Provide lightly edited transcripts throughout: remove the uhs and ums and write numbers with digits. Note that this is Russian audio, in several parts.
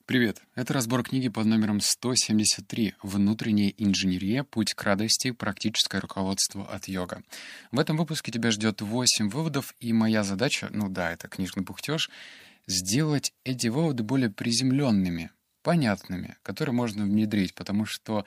Привет! Это разбор книги под номером 173 «Внутренняя инженерия. Путь к радости. Практическое руководство от йога». В этом выпуске тебя ждет 8 выводов, и моя задача, ну да, это книжный бухтеж, сделать эти выводы более приземленными, понятными, которые можно внедрить, потому что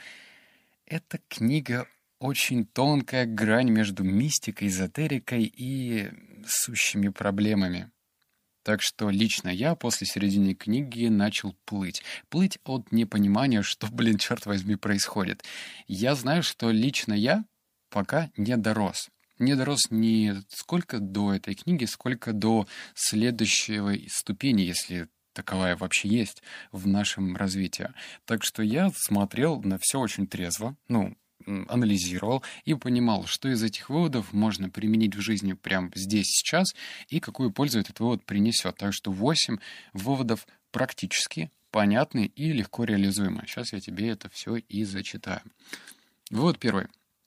эта книга очень тонкая грань между мистикой, эзотерикой и сущими проблемами. Так что лично я после середины книги начал плыть. Плыть от непонимания, что, черт возьми, происходит. Я знаю, что лично я пока не дорос. Не дорос не сколько до этой книги, сколько до следующей ступени, если таковая вообще есть в нашем развитии. Так что я смотрел на все очень трезво, анализировал и понимал, что из этих выводов можно применить в жизни прямо здесь, сейчас, и какую пользу этот вывод принесет. Так что 8 выводов практически понятны и легко реализуемы. Сейчас я тебе это все и зачитаю. Вывод первый.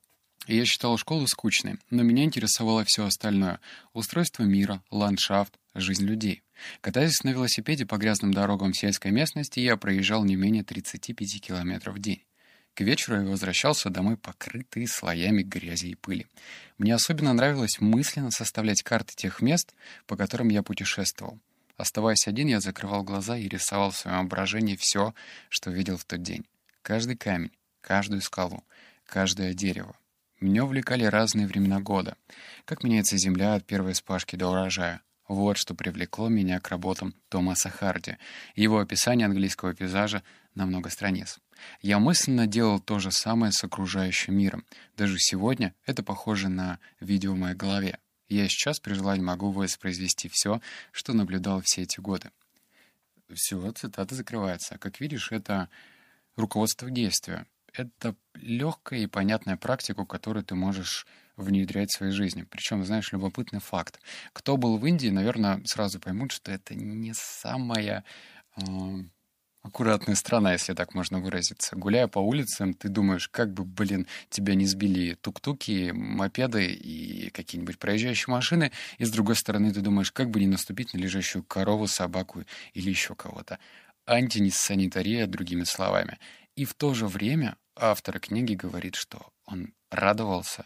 Я считал школу скучной, но меня интересовало все остальное. Устройство мира, ландшафт, жизнь людей. Катаясь на велосипеде по грязным дорогам сельской местности, я проезжал не менее 35 километров в день. К вечеру я возвращался домой, покрытый слоями грязи и пыли. Мне особенно нравилось мысленно составлять карты тех мест, по которым я путешествовал. Оставаясь один, я закрывал глаза и рисовал в своем воображении все, что видел в тот день. Каждый камень, каждую скалу, каждое дерево. Меня увлекали разные времена года. Как меняется земля от первой вспашки до урожая. Вот что привлекло меня к работам Томаса Харди. Его описание английского пейзажа на много страниц. Я мысленно делал то же самое с окружающим миром. Даже сегодня это похоже на видео в моей голове. Я сейчас при желании могу воспроизвести все, что наблюдал все эти годы. Все, цитата закрывается. Как видишь, это руководство к действию. Это легкая и понятная практика, которую ты можешь внедрять в своей жизни. Причем, знаешь, любопытный факт. Кто был в Индии, наверное, сразу поймут, что это не самая аккуратная страна, если так можно выразиться. Гуляя по улицам, ты думаешь, как бы, тебя не сбили тук-туки, мопеды и какие-нибудь проезжающие машины, и с другой стороны ты думаешь, как бы не наступить на лежащую корову, собаку или еще кого-то. Антисанитария, другими словами. И в то же время автор книги говорит, что он радовался,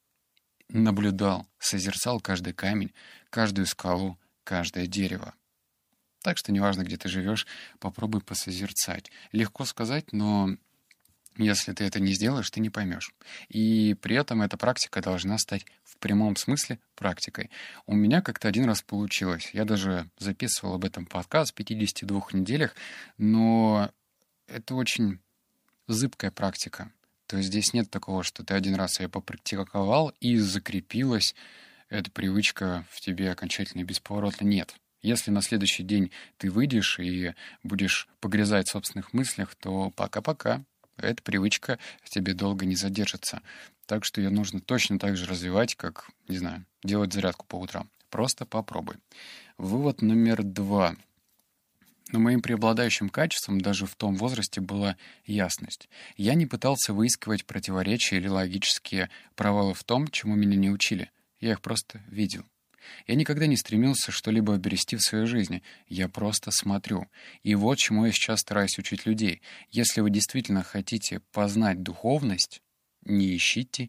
наблюдал, созерцал каждый камень, каждую скалу, каждое дерево. Так что неважно, где ты живешь, попробуй посозерцать. Легко сказать, но если ты это не сделаешь, ты не поймешь. И при этом эта практика должна стать в прямом смысле практикой. У меня как-то один раз получилось. Я даже записывал об этом подкаст в 52 неделях, но это очень зыбкая практика. То есть здесь нет такого, что ты один раз ее попрактиковал и закрепилась эта привычка в тебе окончательно и бесповоротно. Нет. Если на следующий день ты выйдешь и будешь погрязать в собственных мыслях, то пока-пока. Эта привычка в тебе долго не задержится. Так что ее нужно точно так же развивать, как, делать зарядку по утрам. Просто попробуй. Вывод номер 2. Но моим преобладающим качеством даже в том возрасте была ясность. Я не пытался выискивать противоречия или логические провалы в том, чему меня не учили. Я их просто видел. Я никогда не стремился что-либо обрести в своей жизни. Я просто смотрю. И вот чему я сейчас стараюсь учить людей. Если вы действительно хотите познать духовность, не ищите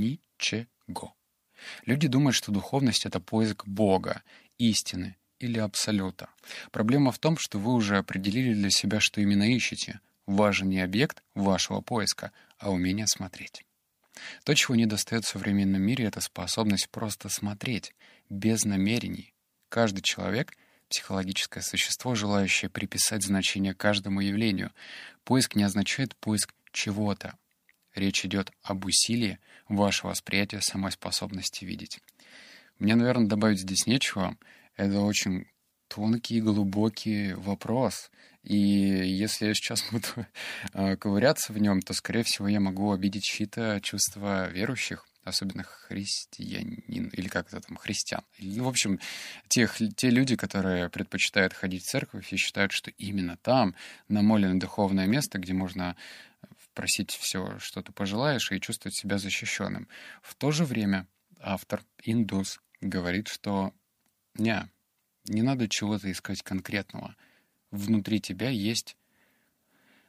ничего. Люди думают, что духовность — это поиск Бога, истины или абсолюта. Проблема в том, что вы уже определили для себя, что именно ищете. Важен не объект вашего поиска, а умение смотреть. То, чего недостает в современном мире, это способность просто смотреть, без намерений. Каждый человек — психологическое существо, желающее приписать значение каждому явлению. Поиск не означает поиск чего-то. Речь идет об усилии вашего восприятия самой способности видеть. Мне, наверное, добавить здесь нечего. Это очень тонкий и глубокий вопрос. И если я сейчас буду ковыряться в нем, то, скорее всего, я могу обидеть чьи-то чувства верующих, особенно христианин, или как это там, христиан. В общем, те люди, которые предпочитают ходить в церковь и считают, что именно там намолено духовное место, где можно просить все, что ты пожелаешь, и чувствовать себя защищенным. В то же время автор, индус, говорит, что не надо чего-то искать конкретного. Внутри тебя есть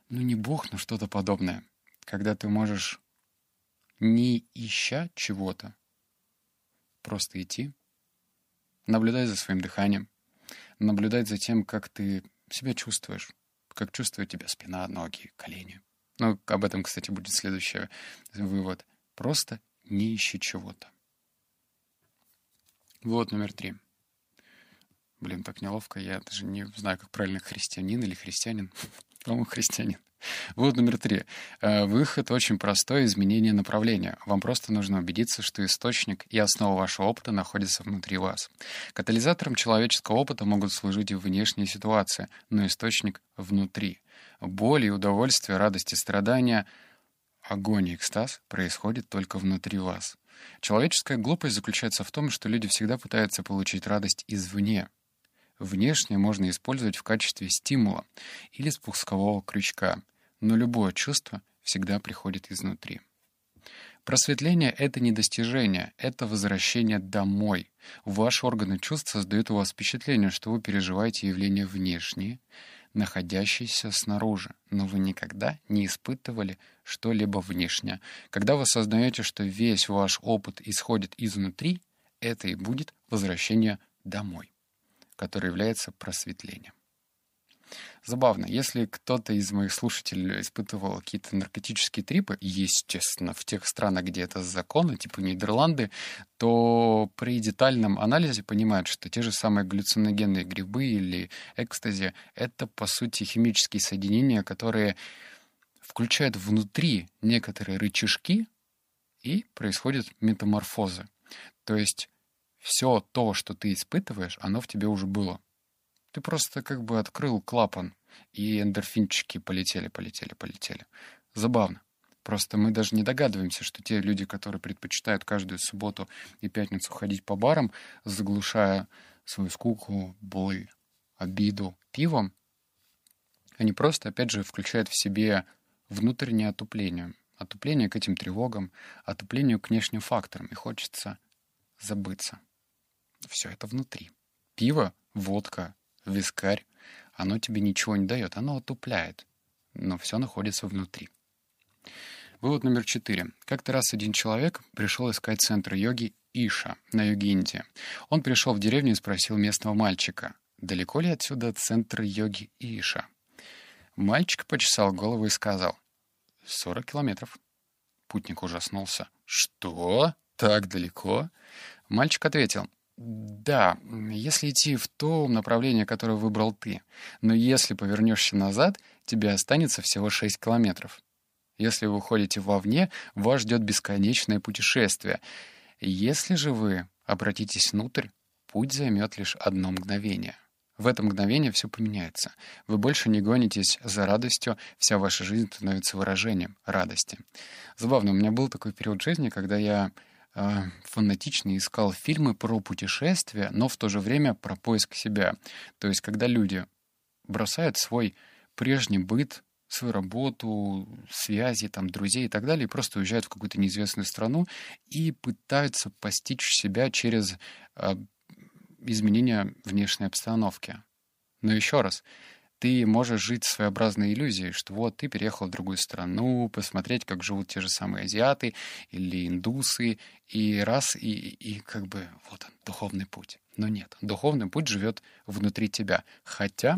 ну не Бог, но что-то подобное. Когда ты можешь, не ища чего-то, просто идти, наблюдать за своим дыханием, наблюдать за тем, как ты себя чувствуешь, как чувствует тебя спина, ноги, колени. Ну, об этом, кстати, будет следующий вывод. Просто не ищи чего-то. Вывод номер 3. Блин, так неловко. Я даже не знаю, как правильно, христианин или христианин. По-моему, христианин. Вывод номер 3. Выход очень простой — изменение направления. Вам просто нужно убедиться, что источник и основа вашего опыта находятся внутри вас. Катализатором человеческого опыта могут служить и внешние ситуации, но источник внутри. Боль и удовольствие, радость и страдания, огонь и экстаз происходит только внутри вас. Человеческая глупость заключается в том, что люди всегда пытаются получить радость извне. Внешнее можно использовать в качестве стимула или спускового крючка, но любое чувство всегда приходит изнутри. Просветление — это не достижение, это возвращение домой. Ваши органы чувств создают у вас впечатление, что вы переживаете явления внешние, находящиеся снаружи, но вы никогда не испытывали что-либо внешнее. Когда вы осознаете, что весь ваш опыт исходит изнутри, это и будет возвращение домой, которое является просветлением. Забавно, если кто-то из моих слушателей испытывал какие-то наркотические трипы, естественно, в тех странах, где это законно, типа Нидерланды, то при детальном анализе понимают, что те же самые галлюциногенные грибы или экстази — это, по сути, химические соединения, которые включают внутри некоторые рычажки, и происходят метаморфозы. То есть все то, что ты испытываешь, оно в тебе уже было. Ты просто как бы открыл клапан, и эндорфинчики полетели. Забавно. Просто мы даже не догадываемся, что те люди, которые предпочитают каждую субботу и пятницу ходить по барам, заглушая свою скуку, боль, обиду пивом, они просто, опять же, включают в себе внутреннее отупление. Отупление к этим тревогам, отуплению к внешним факторам. И хочется забыться. Все это внутри. Пиво, водка, вискарь, оно тебе ничего не дает, оно отупляет, но все находится внутри. Вывод номер 4. Как-то раз один человек пришел искать центр йоги Иша на юге Индии. Он пришел в деревню и спросил местного мальчика, далеко ли отсюда центр йоги Иша. Мальчик почесал голову и сказал: 40 километров. Путник ужаснулся. Что? Так далеко? Мальчик ответил: да, если идти в то направление, которое выбрал ты. Но если повернешься назад, тебе останется всего 6 километров. Если вы уходите вовне, вас ждет бесконечное путешествие. Если же вы обратитесь внутрь, путь займет лишь одно мгновение. В это мгновение все поменяется. Вы больше не гонитесь за радостью, вся ваша жизнь становится выражением радости. Забавно, у меня был такой период жизни, когда я фанатично искал фильмы про путешествия, но в то же время про поиск себя. То есть, когда люди бросают свой прежний быт, свою работу, связи, там, друзей и так далее, и просто уезжают в какую-то неизвестную страну и пытаются постичь себя через изменение внешней обстановки. Но еще раз, ты можешь жить своеобразной иллюзией, что вот ты переехал в другую страну, посмотреть, как живут те же самые азиаты или индусы, и как бы вот он, духовный путь. Но нет, духовный путь живет внутри тебя. Хотя,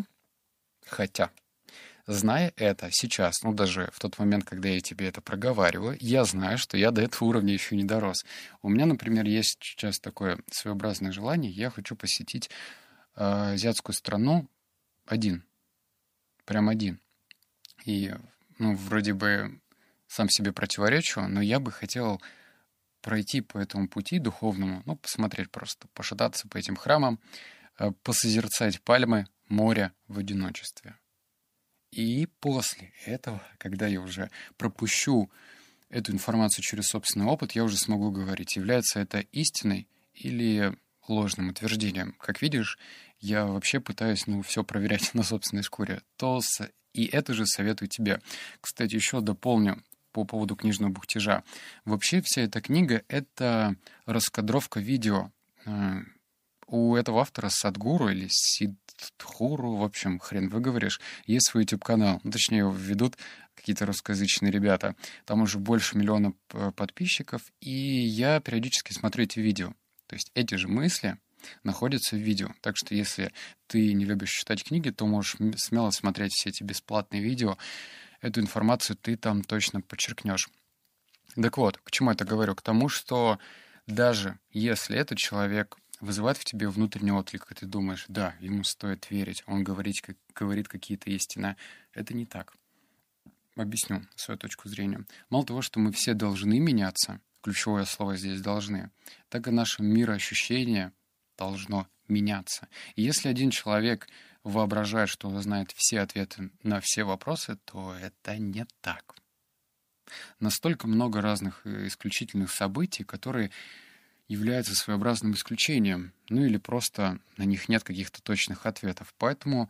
зная это сейчас, ну даже в тот момент, когда я тебе это проговариваю, я знаю, что я до этого уровня еще не дорос. У меня, например, есть сейчас такое своеобразное желание, я хочу посетить азиатскую страну один. Прям один. И, ну, вроде бы сам себе противоречу, но я бы хотел пройти по этому пути духовному, ну, посмотреть просто, пошататься по этим храмам, посозерцать пальмы, море в одиночестве. И после этого, когда я уже пропущу эту информацию через собственный опыт, я уже смогу говорить, является это истиной или ложным утверждением. Как видишь, я вообще пытаюсь, все проверять на собственной шкуре. И это же советую тебе. Кстати, еще дополню по поводу книжного бухтежа. Вообще вся эта книга — это раскадровка видео У этого автора Садгуру или Сидхуру, в общем, хрен выговоришь, есть свой YouTube-канал. Ну, точнее, его ведут какие-то русскоязычные ребята. Там уже больше миллиона подписчиков, и я периодически смотрю эти видео. То есть эти же мысли находятся в видео. Так что если ты не любишь читать книги, то можешь смело смотреть все эти бесплатные видео. Эту информацию ты там точно подчеркнешь. Так вот, к чему я это говорю? К тому, что даже если этот человек вызывает в тебе внутренний отклик, и ты думаешь, да, ему стоит верить, он говорит какие-то истины, это не так. Объясню свою точку зрения. Мало того, что мы все должны меняться, ключевое слово здесь «должны», так и наше мироощущение должно меняться. И если один человек воображает, что он знает все ответы на все вопросы, то это не так. Настолько много разных исключительных событий, которые являются своеобразным исключением, ну или просто на них нет каких-то точных ответов. Поэтому,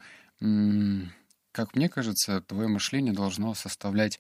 как мне кажется, твое мышление должно составлять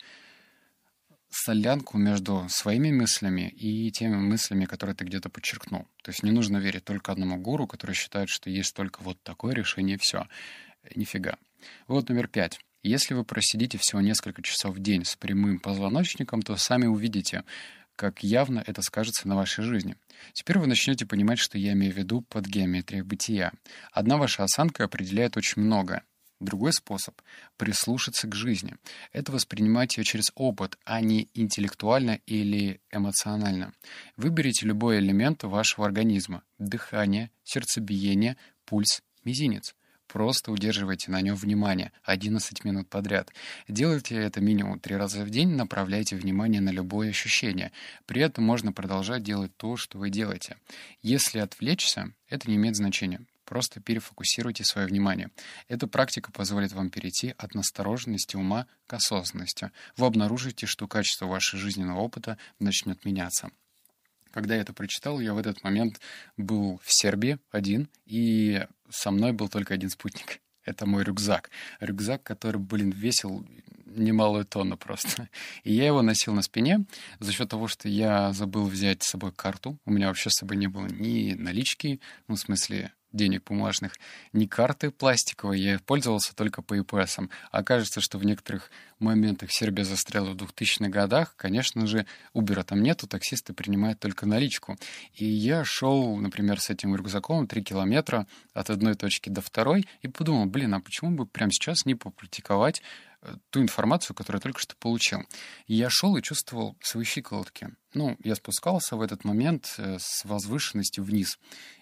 солянку между своими мыслями и теми мыслями, которые ты где-то подчеркнул. То есть не нужно верить только одному гуру, который считает, что есть только вот такое решение, и все. Нифига. Вот номер 5. Если вы просидите всего несколько часов в день с прямым позвоночником, то сами увидите, как явно это скажется на вашей жизни. Теперь вы начнете понимать, что я имею в виду под геометрией бытия. Одна ваша осанка определяет очень много. Другой способ — прислушаться к жизни. Это воспринимать ее через опыт, а не интеллектуально или эмоционально. Выберите любой элемент вашего организма — дыхание, сердцебиение, пульс, мизинец. Просто удерживайте на нем внимание 11 минут подряд. Делайте это минимум 3 раза в день, направляйте внимание на любое ощущение. При этом можно продолжать делать то, что вы делаете. Если отвлечься, это не имеет значения. Просто перефокусируйте свое внимание. Эта практика позволит вам перейти от настороженности ума к осознанности. Вы обнаружите, что качество вашего жизненного опыта начнет меняться. Когда я это прочитал, я в этот момент был в Сербии один, и со мной был только один спутник. Это мой рюкзак. Рюкзак, который, весил немалую тонну просто. И я его носил на спине за счет того, что я забыл взять с собой карту. У меня вообще с собой не было ни налички, в смысле денег бумажных, ни карты пластиковой, я пользовался только PayPass. А кажется, что в некоторых моментах Сербия застряла в 2000-х годах. Конечно же, Uber там нету, таксисты принимают только наличку. И я шел, например, с этим рюкзаком 3 километра от одной точки до второй и подумал, а почему бы прямо сейчас не попрактиковать ту информацию, которую я только что получил. И я шел и чувствовал свои щиколотки. Я спускался в этот момент с возвышенности вниз.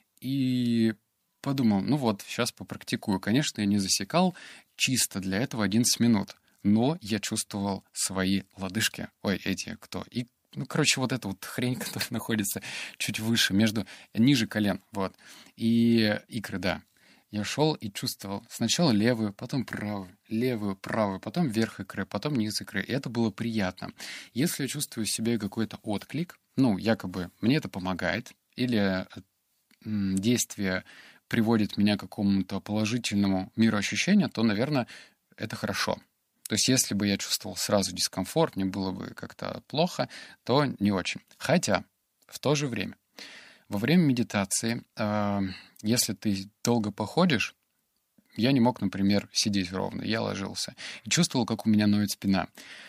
И подумал, сейчас попрактикую. Конечно, я не засекал чисто для этого 11 минут. Но я чувствовал свои лодыжки. И, вот эта вот хрень, которая находится чуть выше, ниже колен. Вот. И икры, да. Я шел и чувствовал сначала левую, потом правую, потом верх икры, потом низ икры. И это было приятно. Если я чувствую в себе какой-то отклик, якобы мне это помогает, или действие приводит меня к какому-то положительному мироощущению, то, наверное, это хорошо. То есть если бы я чувствовал сразу дискомфорт, мне было бы как-то плохо, то не очень. Хотя в то же время, во время медитации, если ты долго походишь, я не мог, например, сидеть ровно, я ложился и чувствовал, как у меня ноет спина.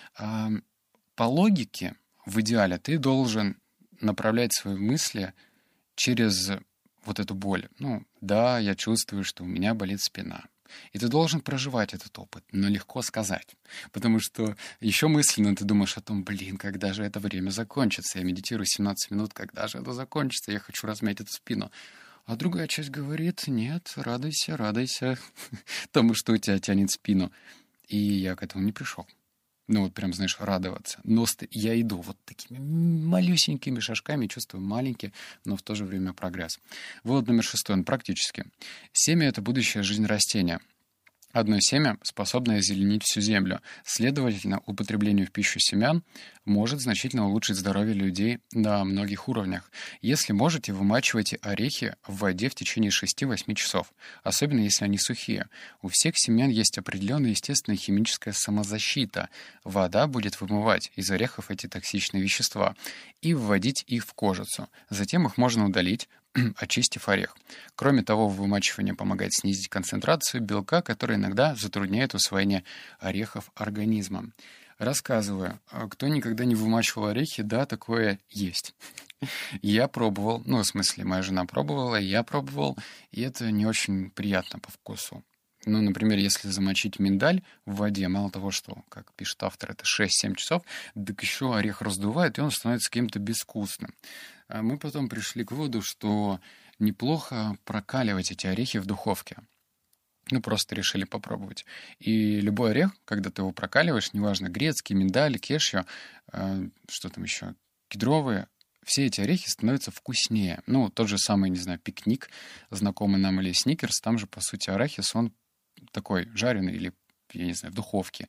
По логике, в идеале, ты должен направлять свои мысли через вот эту боль. Да, я чувствую, что у меня болит спина. И ты должен проживать этот опыт, но легко сказать. Потому что еще мысленно ты думаешь о том, когда же это время закончится? Я медитирую 17 минут, когда же это закончится? Я хочу размять эту спину. А другая часть говорит, нет, радуйся тому, что у тебя тянет спину. И я к этому не пришел. Радоваться. Но я иду вот такими малюсенькими шажками, чувствую маленький, но в то же время прогресс. Вывод номер 6, он практически. Семя — это будущая жизнь растения. Одно семя способно озеленить всю землю. Следовательно, употребление в пищу семян может значительно улучшить здоровье людей на многих уровнях. Если можете, вымачивайте орехи в воде в течение 6-8 часов, особенно если они сухие. У всех семян есть определенная естественная химическая самозащита. Вода будет вымывать из орехов эти токсичные вещества и вводить их в кожицу. Затем их можно удалить, очистив орех. Кроме того, вымачивание помогает снизить концентрацию белка, который иногда затрудняет усвоение орехов организмом. Рассказываю. Кто никогда не вымачивал орехи, да, такое есть. Я пробовал, ну, в смысле, моя жена пробовала, я пробовал, и это не очень приятно по вкусу. Ну, например, если замочить миндаль в воде, мало того, что, как пишет автор, это 6-7 часов, так еще орех раздувает, и он становится каким-то безвкусным. А мы потом пришли к выводу, что неплохо прокаливать эти орехи в духовке. Ну, просто решили попробовать. И любой орех, когда ты его прокаливаешь, неважно, грецкий, миндаль, кешью, что там еще, кедровые, все эти орехи становятся вкуснее. Ну, тот же самый, не знаю, пикник, знакомый нам, или сникерс, там же, по сути, арахис, он такой жареный или, я не знаю, в духовке,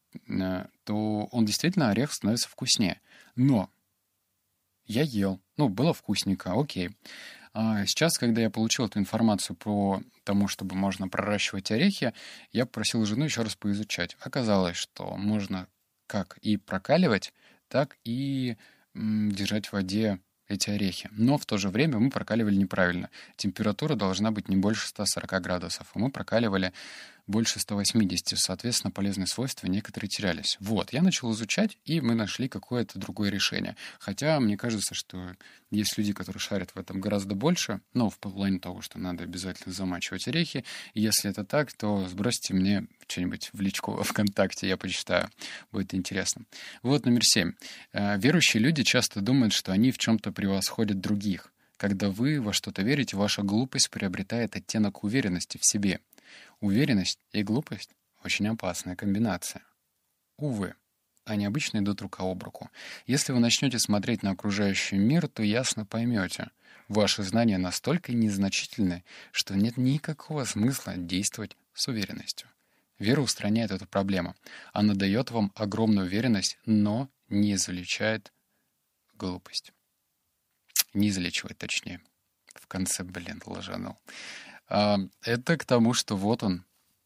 то он действительно, орех становится вкуснее. Но я ел, ну, было вкусненько, окей. А сейчас, когда я получил эту информацию про тому, чтобы можно проращивать орехи, я попросил жену еще раз поизучать. Оказалось, что можно как и прокаливать, так и держать в воде эти орехи. Но в то же время мы прокаливали неправильно. Температура должна быть не больше 140 градусов, а мы прокаливали больше 180. Соответственно, полезные свойства некоторые терялись. Вот, я начал изучать, и мы нашли какое-то другое решение. Хотя мне кажется, что есть люди, которые шарят в этом гораздо больше, но в плане того, что надо обязательно замачивать орехи. И если это так, то сбросьте мне что-нибудь в личку ВКонтакте, я почитаю. Будет интересно. Вот номер 7. Верующие люди часто думают, что они в чем-то превосходят других. Когда вы во что-то верите, ваша глупость приобретает оттенок уверенности в себе. Уверенность и глупость — очень опасная комбинация. Увы, они обычно идут рука об руку. Если вы начнете смотреть на окружающий мир, то ясно поймете. Ваши знания настолько незначительны, что нет никакого смысла действовать с уверенностью. Вера устраняет эту проблему. Она дает вам огромную уверенность, но не излечает глупость. Не излечивает, точнее. В конце, ложанул. Это к тому, что вот он,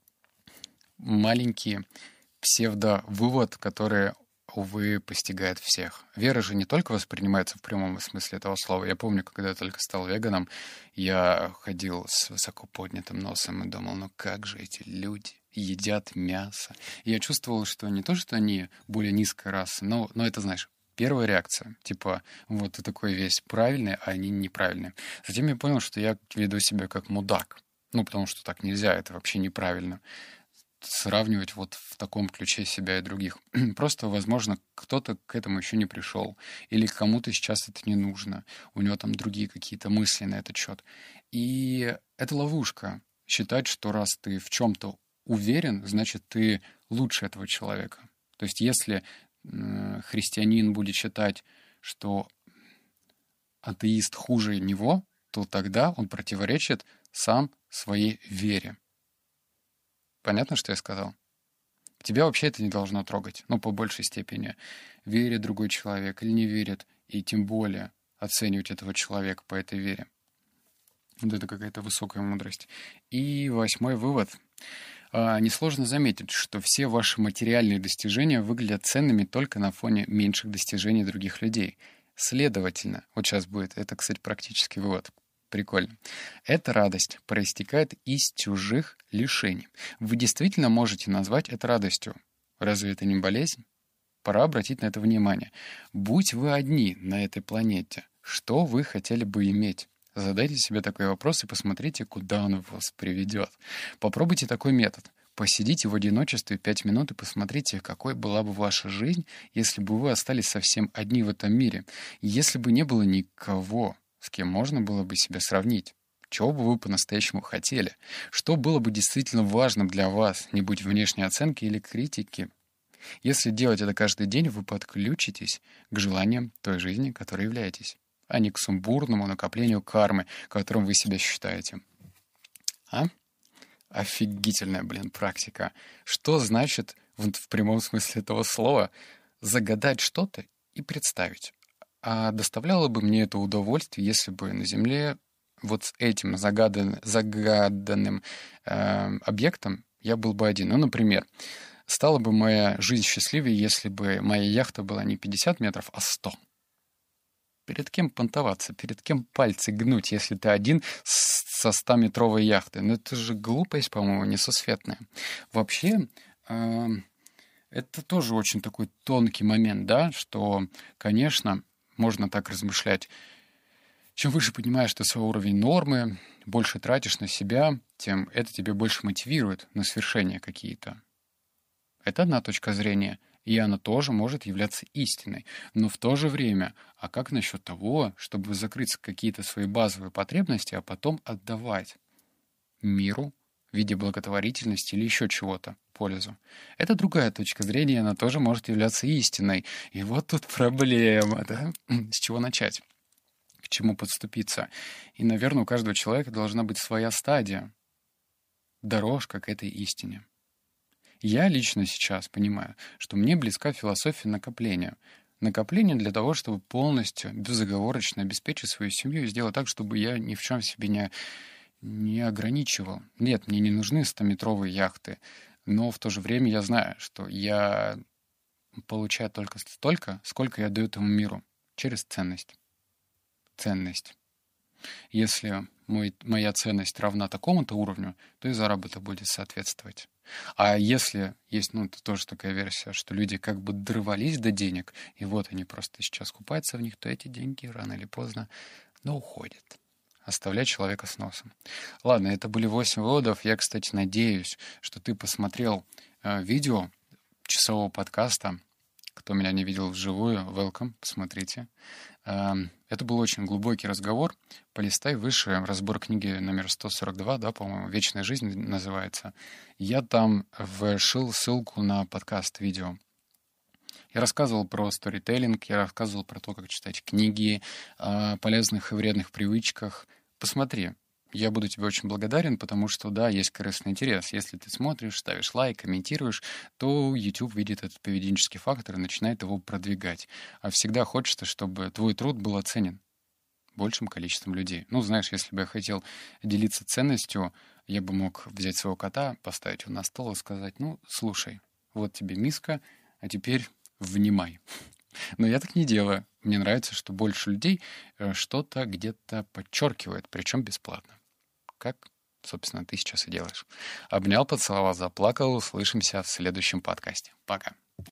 маленький псевдо-вывод, который, увы, постигает всех. Вера же не только воспринимается в прямом смысле этого слова. Я помню, когда я только стал веганом, я ходил с высоко поднятым носом и думал, ну как же эти люди едят мясо? И я чувствовал, что не то, что они более низкой расы, но это, знаешь, первая реакция. Типа, вот ты такой весь правильный, а они неправильные. Затем я понял, что я веду себя как мудак. Ну, потому что так нельзя, это вообще неправильно. Сравнивать вот в таком ключе себя и других. Просто, возможно, кто-то к этому еще не пришел. Или кому-то сейчас это не нужно. У него там другие какие-то мысли на этот счет. И это ловушка. Считать, что раз ты в чем-то уверен, значит, ты лучше этого человека. То есть, если христианин будет считать, что атеист хуже него, то тогда он противоречит сам своей вере. Понятно, что я сказал? Тебя вообще это не должно трогать, по большей степени. Верит другой человек или не верит, и тем более оценивать этого человека по этой вере. Вот это какая-то высокая мудрость. И 8 вывод. Несложно заметить, что все ваши материальные достижения выглядят ценными только на фоне меньших достижений других людей. Следовательно, вот сейчас будет, это, кстати, практический вывод. Прикольно. Эта радость проистекает из чужих лишений. Вы действительно можете назвать это радостью. Разве это не болезнь? Пора обратить на это внимание. Будь вы одни на этой планете, что вы хотели бы иметь? Задайте себе такой вопрос и посмотрите, куда он вас приведет. Попробуйте такой метод. Посидите в одиночестве 5 минут и посмотрите, какой была бы ваша жизнь, если бы вы остались совсем одни в этом мире. Если бы не было никого, с кем можно было бы себя сравнить. Чего бы вы по-настоящему хотели? Что было бы действительно важным для вас, не будь внешней оценки или критики? Если делать это каждый день, вы подключитесь к желаниям той жизни, которой являетесь, а не к сумбурному накоплению кармы, которым вы себя считаете. Офигительная, практика. Что значит, в прямом смысле этого слова, загадать что-то и представить? А доставляло бы мне это удовольствие, если бы на Земле вот с этим загаданным объектом я был бы один. Ну, например, стала бы моя жизнь счастливее, если бы моя яхта была не 50 метров, а 100. Перед кем понтоваться, перед кем пальцы гнуть, если ты один со 100-метровой яхты? Ну, это же глупость, по-моему, несусветная. Вообще, э, это тоже очень такой тонкий момент, да, что, конечно, можно так размышлять. Чем выше понимаешь ты свой уровень нормы, больше тратишь на себя, тем это тебе больше мотивирует на свершения какие-то. Это одна точка зрения, и она тоже может являться истиной. Но в то же время, а как насчет того, чтобы закрыть какие-то свои базовые потребности, а потом отдавать миру в виде благотворительности или еще чего-то пользу? Это другая точка зрения, она тоже может являться истиной. И вот тут проблема, да? С чего начать? К чему подступиться? И, наверное, у каждого человека должна быть своя стадия, дорожка к этой истине. Я лично сейчас понимаю, что мне близка философия накопления. Накопление для того, чтобы полностью, безоговорочно обеспечить свою семью и сделать так, чтобы я ни в чем себе не ограничивал. Нет, мне не нужны 100-метровые яхты, но в то же время я знаю, что я получаю только столько, сколько я даю этому миру через ценность. Ценность. Если моя ценность равна такому-то уровню, то и заработок будет соответствовать. А если есть, ну, это тоже такая версия, что люди как бы дорвались до денег, и вот они просто сейчас купаются в них, то эти деньги рано или поздно, но уходят. Оставлять человека с носом. Ладно, это были 8 выводов. Я, кстати, надеюсь, что ты посмотрел видео часового подкаста. Кто меня не видел вживую, welcome, посмотрите. Это был очень глубокий разговор. Полистай выше, разбор книги номер 142, да, по-моему, «Вечная жизнь» называется. Я там вшил ссылку на подкаст-видео. Я рассказывал про сторителлинг, я рассказывал про то, как читать книги, о полезных и вредных привычках. Посмотри. Я буду тебе очень благодарен, потому что, да, есть корыстный интерес. Если ты смотришь, ставишь лайк, комментируешь, то YouTube видит этот поведенческий фактор и начинает его продвигать. А всегда хочется, чтобы твой труд был оценен большим количеством людей. Ну, знаешь, если бы я хотел делиться ценностью, я бы мог взять своего кота, поставить его на стол и сказать: ну, слушай, вот тебе миска, а теперь внимай. Но я так не делаю. Мне нравится, что больше людей что-то где-то подчеркивает, причем бесплатно. Как, собственно, ты сейчас и делаешь. Обнял, поцеловал, заплакал. Услышимся в следующем подкасте. Пока.